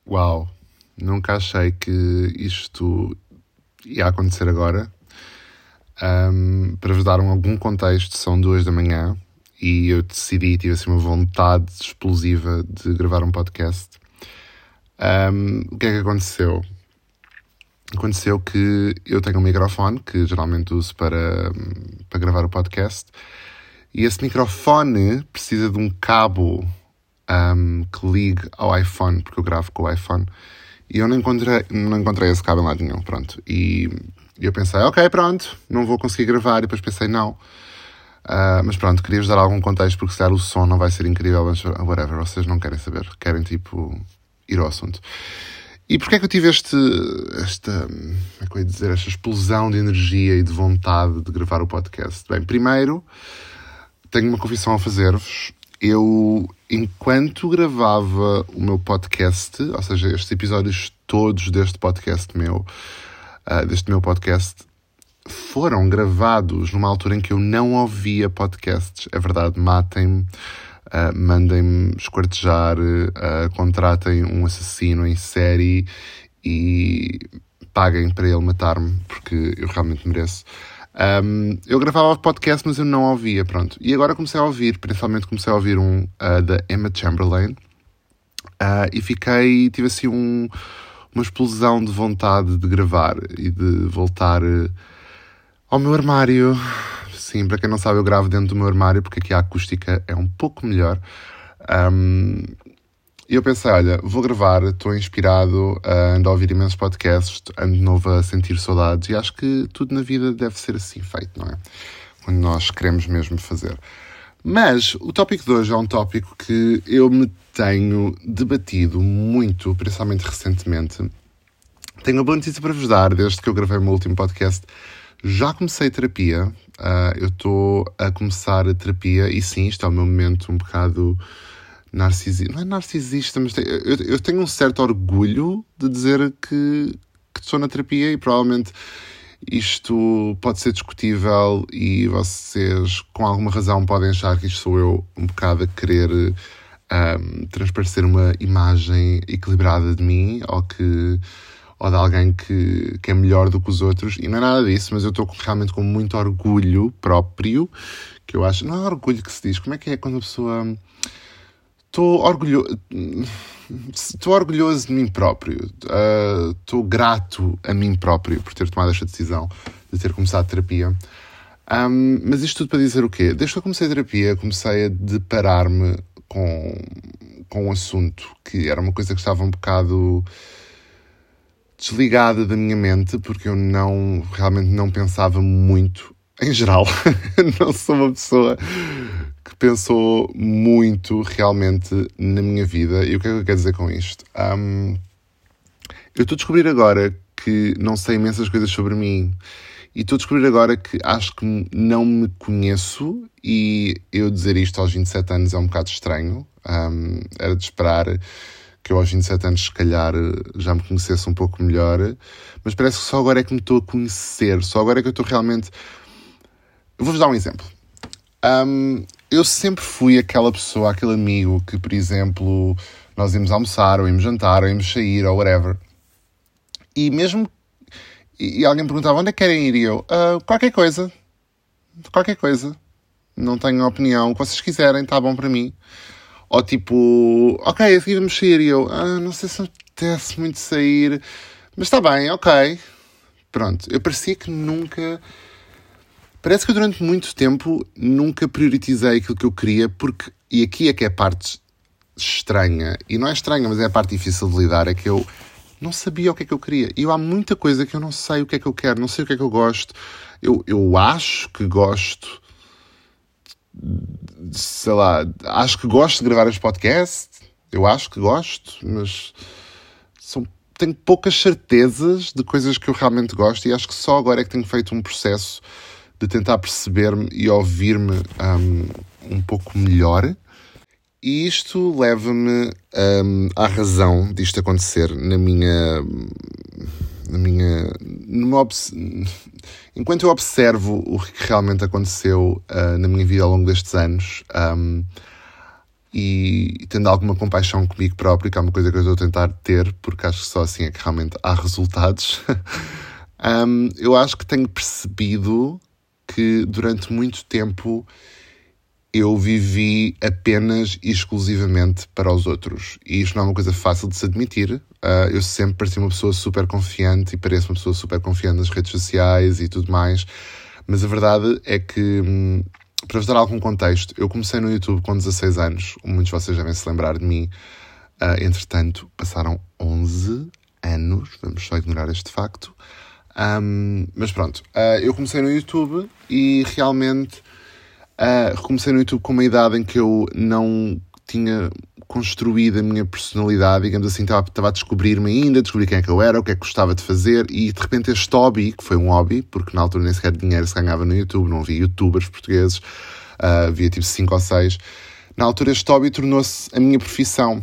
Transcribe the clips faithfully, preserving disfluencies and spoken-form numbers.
Uau, nunca achei que isto ia acontecer agora. Um, para vos dar algum contexto, são duas da manhã e eu decidi, tive assim uma vontade explosiva de gravar um podcast. Um, o que é que aconteceu? Aconteceu que eu tenho um microfone que geralmente uso para, para gravar o podcast, e esse microfone precisa de um cabo um, que ligue ao iPhone, porque eu gravo com o iPhone, e eu não encontrei, não encontrei esse cabo em lado nenhum, pronto. E eu pensei, ok, pronto, não vou conseguir gravar, e depois pensei, não. Uh, mas pronto, queria-vos dar algum contexto, porque se calhar o som não vai ser incrível, mas whatever, vocês não querem saber, querem tipo ir ao assunto. E porquê é que eu tive este, esta, como é que eu ia dizer, esta explosão de energia e de vontade de gravar o podcast? Bem, primeiro, tenho uma confissão a fazer-vos. Eu, enquanto gravava o meu podcast, ou seja, estes episódios todos deste podcast meu, uh, deste meu podcast, foram gravados numa altura em que eu não ouvia podcasts. É verdade, matem-me, uh, mandem-me esquartejar, uh, contratem um assassino em série e paguem para ele matar-me, porque eu realmente mereço. Um, eu gravava podcast, mas eu não ouvia, pronto. E agora comecei a ouvir, principalmente comecei a ouvir um uh, da Emma Chamberlain, uh, e fiquei, tive assim um, uma explosão de vontade de gravar e de voltar uh, ao meu armário. Sim, para quem não sabe, eu gravo dentro do meu armário, porque aqui a acústica é um pouco melhor. Um, E eu pensei, olha, vou gravar, estou inspirado, uh, ando a ouvir imensos podcasts, ando de novo a sentir saudades, e acho que tudo na vida deve ser assim feito, não é? Quando nós queremos mesmo fazer. Mas o tópico de hoje é um tópico que eu me tenho debatido muito, principalmente recentemente. Tenho uma boa notícia para vos dar, desde que eu gravei o meu último podcast. Já comecei terapia, uh, eu estou a começar a terapia, e sim, isto é o meu momento um bocado narcisista, não é narcisista, mas tenho, eu, eu tenho um certo orgulho de dizer que, que estou na terapia, e provavelmente isto pode ser discutível e vocês com alguma razão podem achar que isto sou eu um bocado a querer um, transparecer uma imagem equilibrada de mim, ou, que, ou de alguém que, que é melhor do que os outros, e não é nada disso, mas eu estou realmente com muito orgulho próprio, que eu acho, não é orgulho que se diz, como é que é quando a pessoa... Estou orgulhoso, estou orgulhoso de mim próprio, uh, estou grato a mim próprio por ter tomado esta decisão de ter começado a terapia. Um, mas isto tudo para dizer o quê? Desde que eu comecei a terapia, comecei a deparar-me com, com um assunto que era uma coisa que estava um bocado desligada da minha mente, porque eu não, realmente não pensava muito, em geral. Não sou uma pessoa que pensou muito realmente na minha vida. E o que é que eu quero dizer com isto? Um, eu estou a descobrir agora que não sei imensas coisas sobre mim. E estou a descobrir agora que acho que não me conheço. E eu dizer isto aos vinte e sete anos é um bocado estranho. Um, era de esperar que eu aos vinte e sete anos, se calhar, já me conhecesse um pouco melhor. Mas parece que só agora é que me estou a conhecer. Só agora é que eu estou realmente... Eu vou-vos dar um exemplo. Um, eu sempre fui aquela pessoa, aquele amigo que, por exemplo, nós íamos almoçar, ou íamos jantar, ou íamos sair, ou whatever. E mesmo... E, e alguém perguntava, onde é que querem ir? E eu, uh, qualquer coisa. Qualquer coisa. Não tenho opinião. O que vocês quiserem, está bom para mim. Ou tipo, ok, a seguir vamos sair. E eu, ah, não sei se me apetece muito sair. Mas está bem, ok. Pronto. Eu parecia que nunca... Parece que eu durante muito tempo nunca prioritizei aquilo que eu queria, porque, e aqui é que é a parte estranha, e não é estranha, mas é a parte difícil de lidar, é que eu não sabia o que é que eu queria. E eu, há muita coisa que eu não sei o que é que eu quero, não sei o que é que eu gosto. Eu, eu acho que gosto, sei lá, acho que gosto de gravar este podcast, eu acho que gosto, mas são, tenho poucas certezas de coisas que eu realmente gosto, e acho que só agora é que tenho feito um processo de tentar perceber-me e ouvir-me um, um pouco melhor. E isto leva-me um, à razão disto acontecer na minha... Na minha numa obs... Enquanto eu observo o que realmente aconteceu uh, na minha vida ao longo destes anos, um, e tendo alguma compaixão comigo próprio, que é uma coisa que eu estou a tentar ter, porque acho que só assim é que realmente há resultados, um, eu acho que tenho percebido que durante muito tempo eu vivi apenas e exclusivamente para os outros. E isto não é uma coisa fácil de se admitir. Uh, eu sempre pareci uma pessoa super confiante e pareço uma pessoa super confiante nas redes sociais e tudo mais. Mas a verdade é que, hum, para vos dar algum contexto, eu comecei no YouTube com dezasseis anos. Muitos de vocês devem se lembrar de mim. Uh, entretanto, passaram onze anos. Vamos só ignorar este facto. Um, mas pronto, uh, eu comecei no YouTube e realmente uh, comecei no YouTube com uma idade em que eu não tinha construído a minha personalidade, digamos assim, estava, estava a descobrir-me ainda, descobrir quem é que eu era, o que é que gostava de fazer, e de repente este hobby, que foi um hobby, porque na altura nem sequer dinheiro se ganhava no YouTube, não havia youtubers portugueses, uh, havia tipo cinco ou seis, na altura este hobby tornou-se a minha profissão.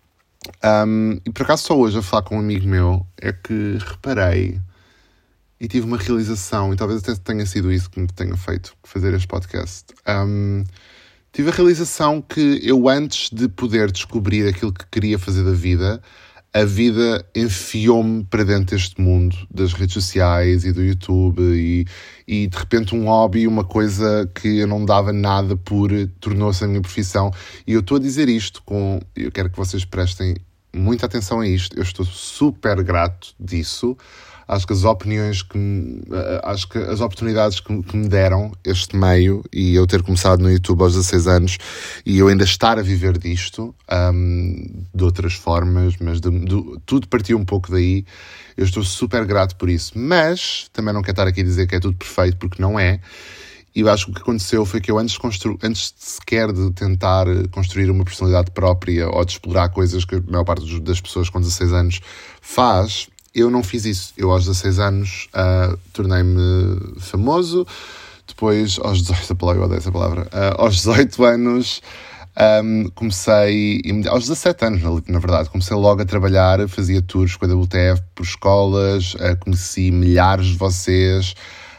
Um, e por acaso só hoje a falar com um amigo meu é que reparei e tive uma realização, e talvez até tenha sido isso que me tenha feito fazer este podcast. Um, tive a realização que eu, antes de poder descobrir aquilo que queria fazer da vida, a vida enfiou-me para dentro deste mundo das redes sociais e do YouTube, e, e de repente um hobby, uma coisa que eu não dava nada por, tornou-se a minha profissão. E eu estou a dizer isto com... Eu quero que vocês prestem muita atenção a isto. Eu estou super grato disso. Acho que as opiniões que me, acho que as oportunidades que, que me deram este meio, e eu ter começado no YouTube aos dezasseis anos e eu ainda estar a viver disto, um, de outras formas, mas de, de, tudo partiu um pouco daí. Eu estou super grato por isso, mas também não quero estar aqui a dizer que é tudo perfeito, porque não é. E eu acho que o que aconteceu foi que eu, antes de, constru... antes de sequer de tentar construir uma personalidade própria ou de explorar coisas que a maior parte das pessoas com dezasseis anos faz, eu não fiz isso. Eu aos dezasseis anos uh, tornei-me famoso. Depois, aos dezoito, a palavra, eu odeio essa palavra, uh, aos dezoito anos um, comecei, aos dezassete anos na, na verdade, comecei logo a trabalhar, fazia tours com a W T F por escolas, uh, conheci milhares de vocês,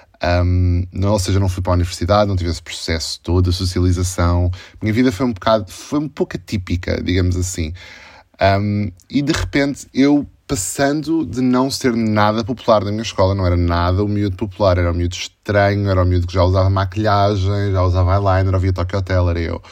um, não, ou seja, não fui para a universidade, não tive esse processo todo, a socialização. Minha vida foi um bocado, foi um pouco atípica, digamos assim. Um, e de repente eu, passando de não ser nada popular na minha escola, não era nada o miúdo popular, era o miúdo estranho, era o miúdo que já usava maquilhagem, já usava eyeliner, ouvia Tokyo Hotel, era eu.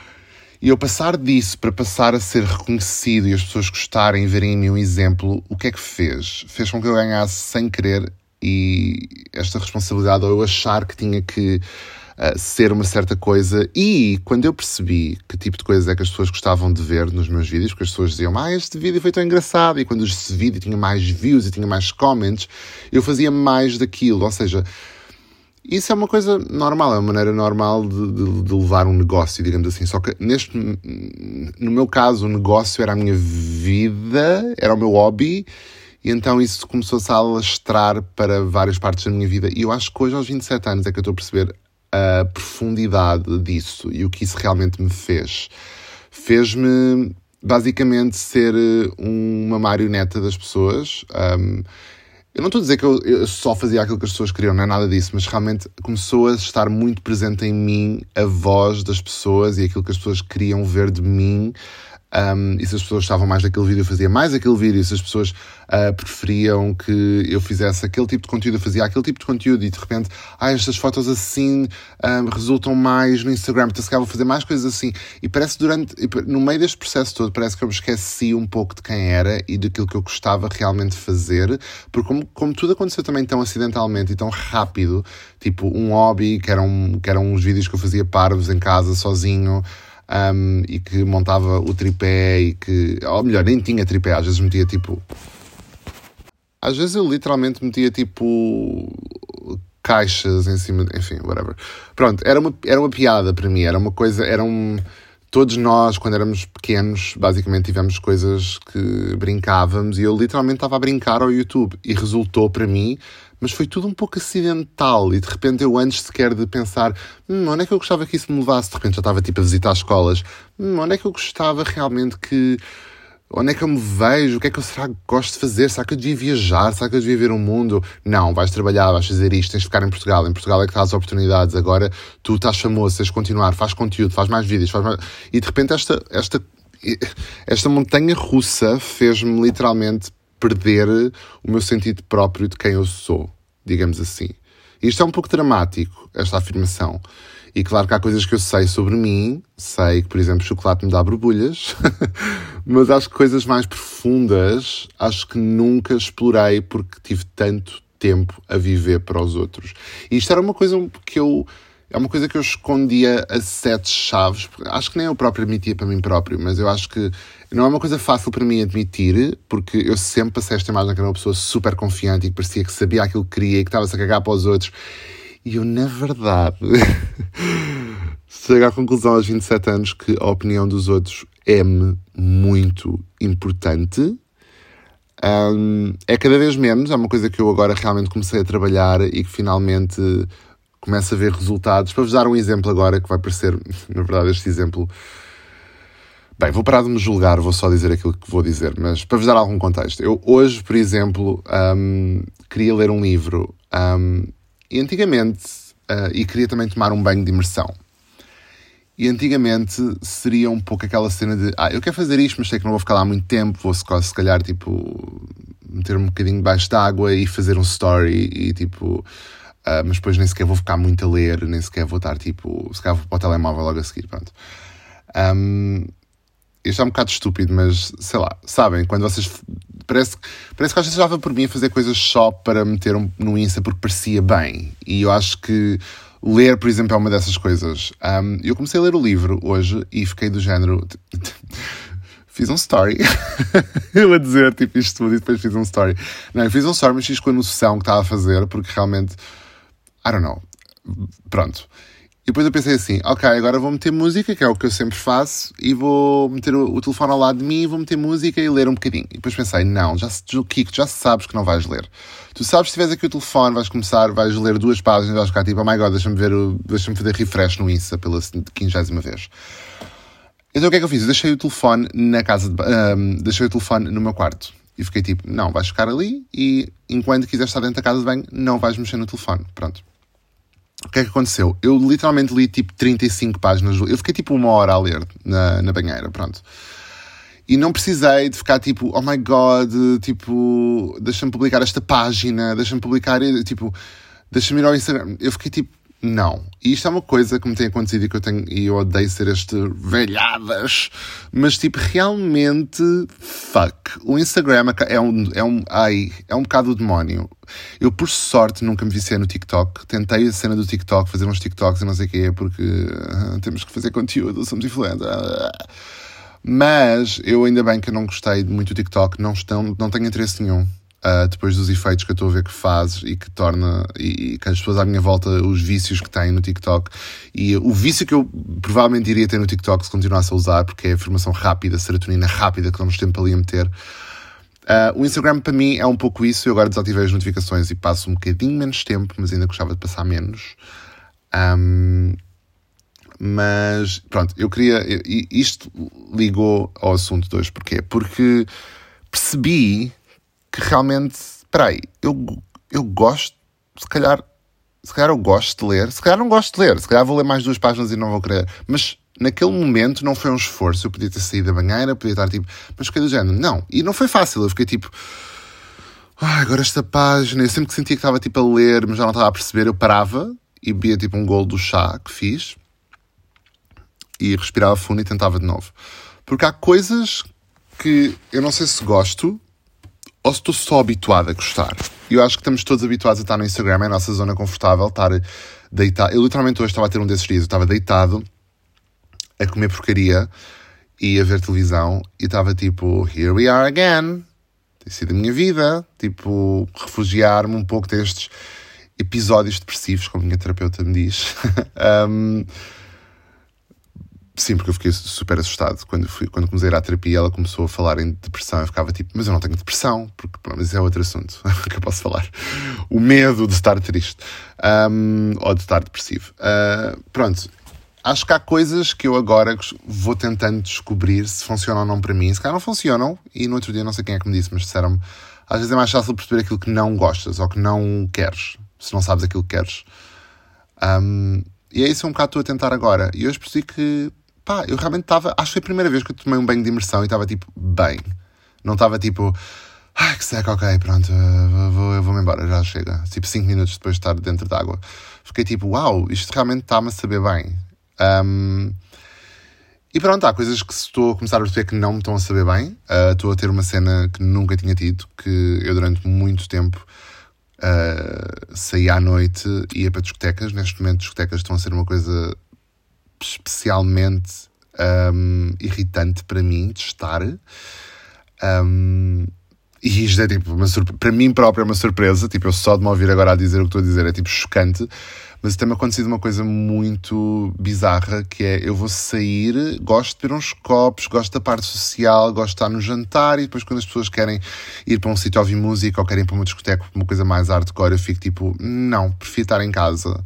E eu passar disso para passar a ser reconhecido e as pessoas gostarem e verem em mim um exemplo, o que é que fez? Fez com que eu ganhasse sem querer e esta responsabilidade, ou eu achar que tinha que Uh, ser uma certa coisa. E quando eu percebi que tipo de coisa é que as pessoas gostavam de ver nos meus vídeos, porque as pessoas diziam, ah, este vídeo foi tão engraçado, e quando este vídeo tinha mais views e tinha mais comments, eu fazia mais daquilo. Ou seja, isso é uma coisa normal, é uma maneira normal de, de, de levar um negócio, digamos assim. Só que neste, no meu caso, o negócio era a minha vida, era o meu hobby, e então isso começou-se a alastrar para várias partes da minha vida. E eu acho que hoje, aos vinte e sete anos, é que eu estou a perceber a profundidade disso e o que isso realmente me fez. Fez-me, basicamente, ser uma marioneta das pessoas. Um, eu não estou a dizer que eu, eu só fazia aquilo que as pessoas queriam, não é nada disso, mas realmente começou a estar muito presente em mim a voz das pessoas e aquilo que as pessoas queriam ver de mim. Um, e se as pessoas gostavam mais daquele vídeo, eu fazia mais aquele vídeo. E se as pessoas uh, preferiam que eu fizesse aquele tipo de conteúdo, eu fazia aquele tipo de conteúdo. E de repente, ah, estas fotos assim um, resultam mais no Instagram, então se calhar vou fazer mais coisas assim. E parece durante, no meio deste processo todo, parece que eu me esqueci um pouco de quem era e daquilo que eu gostava realmente de fazer. Porque como, como tudo aconteceu também tão acidentalmente e tão rápido, tipo um hobby, que eram, que eram uns vídeos que eu fazia parvos em casa, sozinho, Um, e que montava o tripé e que, ou melhor, nem tinha tripé, às vezes metia tipo às vezes eu literalmente metia tipo caixas em cima, enfim, whatever. Pronto, era uma, era uma piada para mim, era uma coisa, era um, todos nós quando éramos pequenos basicamente tivemos coisas que brincávamos e eu literalmente estava a brincar ao YouTube e resultou para mim. Mas foi tudo um pouco acidental e de repente eu, antes sequer de pensar hum, onde é que eu gostava que isso me levasse, de repente já estava tipo a visitar escolas, hum, onde é que eu gostava realmente que Onde é que eu me vejo? O que é que eu será que gosto de fazer? Será que eu devia viajar? Será que eu devia ver o mundo? Não, vais trabalhar, vais fazer isto, tens de ficar em Portugal. Em Portugal é que estás as oportunidades. Agora tu estás famoso, tens de continuar, faz conteúdo, faz mais vídeos, faz mais... E de repente esta, esta, esta montanha russa fez-me literalmente perder o meu sentido próprio de quem eu sou, digamos assim. E isto é um pouco dramático, esta afirmação. E claro que há coisas que eu sei sobre mim, sei que, por exemplo, chocolate me dá borbulhas, mas acho que coisas mais profundas, acho que nunca explorei porque tive tanto tempo a viver para os outros. E isto era uma coisa que eu, é uma coisa que eu escondia a sete chaves, acho que nem eu próprio admitia para mim próprio, mas eu acho que não é uma coisa fácil para mim admitir, porque eu sempre passei esta imagem que era uma pessoa super confiante e que parecia que sabia aquilo que queria e que estava-se a cagar para os outros. E eu, na verdade, chego à conclusão aos vinte e sete anos que a opinião dos outros é-me muito importante. Um, é cada vez menos, é uma coisa que eu agora realmente comecei a trabalhar e que finalmente começo a ver resultados. Para vos dar um exemplo agora, que vai parecer, na verdade, este exemplo... Bem, vou parar de me julgar, vou só dizer aquilo que vou dizer, mas para vos dar algum contexto. Eu hoje, por exemplo, um, queria ler um livro... Um, E antigamente, uh, e queria também tomar um banho de imersão. E antigamente seria um pouco aquela cena de, ah, eu quero fazer isto, mas sei que não vou ficar lá muito tempo, vou se calhar, tipo, meter um bocadinho debaixo d'água e fazer um story e, tipo, uh, mas depois nem sequer vou ficar muito a ler, nem sequer vou estar, tipo, se calhar vou para o telemóvel logo a seguir, pronto. Um, isto é um bocado estúpido, mas, sei lá, sabem, quando vocês... Parece, parece que às vezes dava por mim a fazer coisas só para meter um, no Insta porque parecia bem. E eu acho que ler, por exemplo, é uma dessas coisas. Um, eu comecei a ler o livro hoje e fiquei do género... Fiz um story. Eu a dizer, tipo, isto tudo e depois fiz um story. Não, eu fiz um story, mas fiz com a noção que estava a fazer porque realmente... I don't know. Pronto. E depois eu pensei assim, ok, agora vou meter música, que é o que eu sempre faço, e vou meter o, o telefone ao lado de mim, vou meter música e ler um bocadinho. E depois pensei, não, já, Kiko, já sabes que não vais ler. Tu sabes, se tiveres aqui o telefone, vais começar, vais ler duas páginas, vais ficar tipo, oh my god, deixa-me ver, o, deixa-me fazer refresh no Insta pela quinquagésima vez. Então o que é que eu fiz? Eu deixei o telefone na casa, de, um, deixei o telefone no meu quarto. E fiquei tipo, não, vais ficar ali e enquanto quiseres estar dentro da casa de banho, não vais mexer no telefone. Pronto. O que é que aconteceu? Eu literalmente li tipo trinta e cinco páginas. Eu fiquei tipo uma hora a ler na, na banheira, pronto. E não precisei de ficar tipo, oh my god, tipo, deixa-me publicar esta página, deixa-me publicar, tipo, deixa-me ir ao Instagram. Eu fiquei tipo, não. E isto é uma coisa que me tem acontecido e que eu tenho, e eu odeio ser este velhadas, mas tipo, realmente, fuck. O Instagram é um, é um, ai, é um bocado o demónio. Eu, por sorte, nunca me viciei no TikTok. Tentei a cena do TikTok, fazer uns TikToks e não sei o quê, porque uh, temos que fazer conteúdo, somos influentes. Mas eu ainda bem que eu não gostei muito do TikTok, não, estão, não tenho interesse nenhum. Uh, depois dos efeitos que eu estou a ver que faz e que torna, e, e que as pessoas à minha volta, os vícios que têm no TikTok, e o vício que eu provavelmente iria ter no TikTok se continuasse a usar, porque é a informação rápida, serotonina rápida que damos tempo ali a meter. Uh, o Instagram para mim é um pouco isso. Eu agora desativei as notificações e passo um bocadinho menos tempo, mas ainda gostava de passar menos. Um, mas pronto, eu queria, isto ligou ao assunto de hoje. Porquê? Porque percebi que realmente, espera aí, eu, eu gosto, se calhar, se calhar eu gosto de ler, se calhar não gosto de ler, se calhar vou ler mais duas páginas e não vou querer, mas naquele momento não foi um esforço, eu podia ter saído da banheira, podia estar tipo, mas fiquei do género, não, e não foi fácil, eu fiquei tipo, ah, agora esta página, eu sempre que sentia que estava tipo a ler, mas já não estava a perceber, eu parava e bebia tipo um golo do chá que fiz e respirava fundo e tentava de novo, porque há coisas que eu não sei se gosto ou se estou só habituado a gostar. Eu acho que estamos todos habituados a estar no Instagram, é a nossa zona confortável, estar deitado. Eu literalmente hoje estava a ter um desses dias, eu estava deitado a comer porcaria e a ver televisão e estava tipo, here we are again. Tem sido a minha vida, tipo, refugiar-me um pouco destes episódios depressivos, como a minha terapeuta me diz. um, Sim, porque eu fiquei super assustado. Quando, fui, quando comecei a ir à terapia, ela começou a falar em depressão. Eu ficava tipo, mas eu não tenho depressão. Porque, mas isso é outro assunto que eu posso falar. O medo de estar triste. Um, ou de estar depressivo. Uh, pronto. acho que há coisas que eu agora vou tentando descobrir se funcionam ou não para mim. Se calhar não funcionam, e no outro dia não sei quem é que me disse, mas disseram-me, às vezes é mais fácil perceber aquilo que não gostas ou que não queres, se não sabes aquilo que queres. Um, e é isso um bocado que estou a tentar agora. E hoje percebi que, pá, eu realmente estava, acho que foi a primeira vez que eu tomei um banho de imersão e estava tipo, bem. Não estava tipo, ai que seca, ok, pronto, eu vou, eu vou-me embora, já chega. Tipo cinco minutos depois de estar dentro d'água. Fiquei tipo, uau, isto realmente está-me a saber bem. Um, e pronto, há coisas que estou a começar a perceber que não me estão a saber bem. Uh, estou a ter uma cena que nunca tinha tido, que eu durante muito tempo uh, saía à noite e ia para discotecas. Neste momento discotecas estão a ser uma coisa especialmente um, irritante para mim de estar. Um, e isto é tipo, uma surpre- para mim próprio é uma surpresa. Tipo, eu só de me ouvir agora a dizer o que estou a dizer é tipo chocante. Mas tem-me acontecido uma coisa muito bizarra, que é, eu vou sair, gosto de beber uns copos, gosto da parte social, gosto de estar no jantar, e depois quando as pessoas querem ir para um sítio a ouvir música ou querem ir para uma discoteca, uma coisa mais hardcore, eu fico tipo, não, prefiro estar em casa.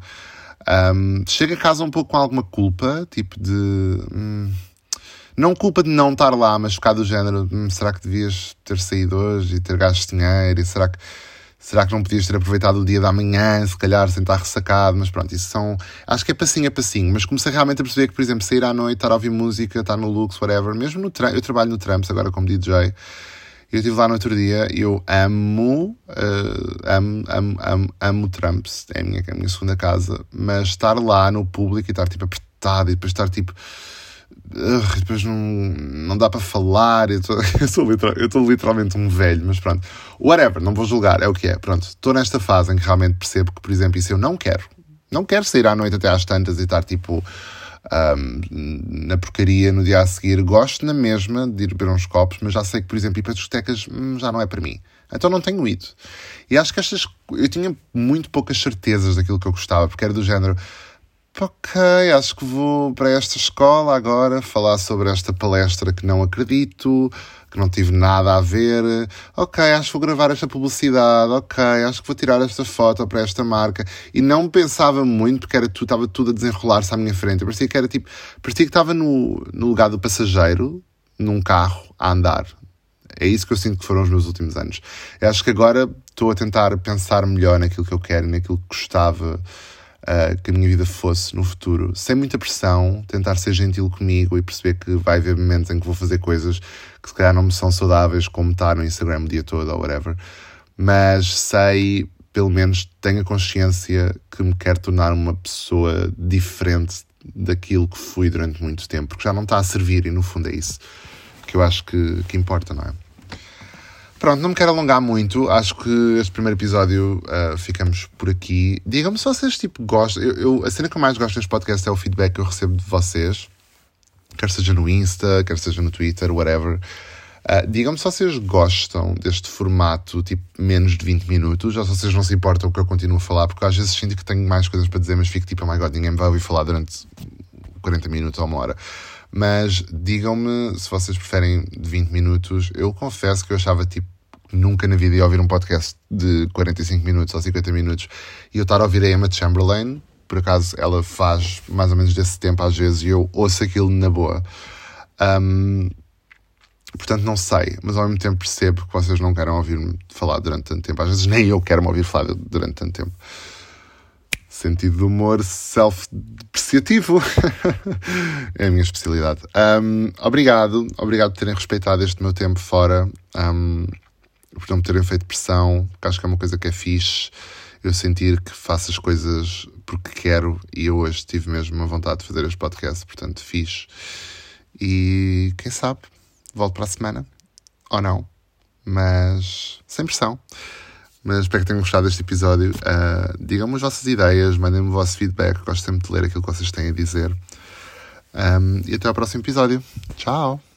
Um, chego a casa um pouco com alguma culpa, tipo de... Hum, não culpa de não estar lá, mas ficar do género, hum, será que devias ter saído hoje e ter gasto dinheiro, e será que... Será que não podias ter aproveitado o dia da manhã, se calhar, sem estar ressacado? Mas pronto, isso são... Acho que é passinho a passinho. Mas comecei realmente a perceber que, por exemplo, sair à noite, estar a ouvir música, estar no Lux, whatever. Mesmo no Trumps, eu trabalho no Trumps agora como D J. Eu estive lá no outro dia e eu amo, uh, amo, amo, amo, amo Trumps. É a, minha, é a minha segunda casa. Mas estar lá no público e estar, tipo, apertado e depois estar, tipo... Uh, depois não, não dá para falar. Eu estou literal, literalmente um velho, mas pronto, whatever, não vou julgar, é o que é. Pronto, estou nesta fase em que realmente percebo que, por exemplo, isso eu não quero. Não quero sair à noite até às tantas e estar tipo um, na porcaria no dia a seguir. Gosto na mesma de ir beber uns copos, mas já sei que, por exemplo, ir para discotecas hum, já não é para mim. Então não tenho ido. E acho que estas... Eu tinha muito poucas certezas daquilo que eu gostava, porque era do género... Ok, acho que vou para esta escola agora falar sobre esta palestra que não acredito, que não tive nada a ver. Ok, acho que vou gravar esta publicidade. Ok, acho que vou tirar esta foto para esta marca. E não pensava muito, porque era tudo, estava tudo a desenrolar-se à minha frente. Eu parecia que era tipo, parecia que estava no, no lugar do passageiro, num carro, a andar. É isso que eu sinto que foram os meus últimos anos. Eu acho que agora estou a tentar pensar melhor naquilo que eu quero, naquilo que gostava Uh, que a minha vida fosse no futuro, sem muita pressão, tentar ser gentil comigo e perceber que vai haver momentos em que vou fazer coisas que se calhar não me são saudáveis, como estar no Instagram o dia todo ou whatever, mas sei, pelo menos tenho a consciência que me quero tornar uma pessoa diferente daquilo que fui durante muito tempo, porque já não está a servir, e no fundo é isso que eu acho que, que importa, não é? Pronto, não me quero alongar muito. Acho que este primeiro episódio uh, ficamos por aqui. Digam-me se vocês tipo, gostam. Eu, eu, a cena que eu mais gosto neste podcast é o feedback que eu recebo de vocês. Quer seja no Insta, quer seja no Twitter, whatever. Uh, digam-me se vocês gostam deste formato, tipo, menos de vinte minutos, ou se vocês não se importam que eu continuo a falar, porque às vezes sinto que tenho mais coisas para dizer, mas fico tipo, oh my god, ninguém me vai ouvir falar durante quarenta minutos ou uma hora. Mas digam-me se vocês preferem de vinte minutos. Eu confesso que eu achava tipo nunca na vida ia ouvir um podcast de quarenta e cinco minutos ou cinquenta minutos e eu estar a ouvir a Emma Chamberlain. Por acaso ela faz mais ou menos desse tempo às vezes e eu ouço aquilo na boa. Um, portanto não sei, mas ao mesmo tempo percebo que vocês não querem ouvir-me falar durante tanto tempo. Às vezes nem eu quero me ouvir falar durante tanto tempo. Sentido de humor self-depreciativo. É a minha especialidade. Um, obrigado. Obrigado por terem respeitado este meu tempo fora. Um, por não me terem feito pressão. Porque acho que é uma coisa que é fixe. Eu sentir que faço as coisas porque quero. E eu hoje tive mesmo uma vontade de fazer este podcast. Portanto, fixe. E quem sabe, volto para a semana. Ou não. Mas sem pressão. Mas espero que tenham gostado deste episódio. Uh, digam-me as vossas ideias, mandem-me o vosso feedback. Gosto sempre de ler aquilo que vocês têm a dizer. Um, e até ao próximo episódio. Tchau!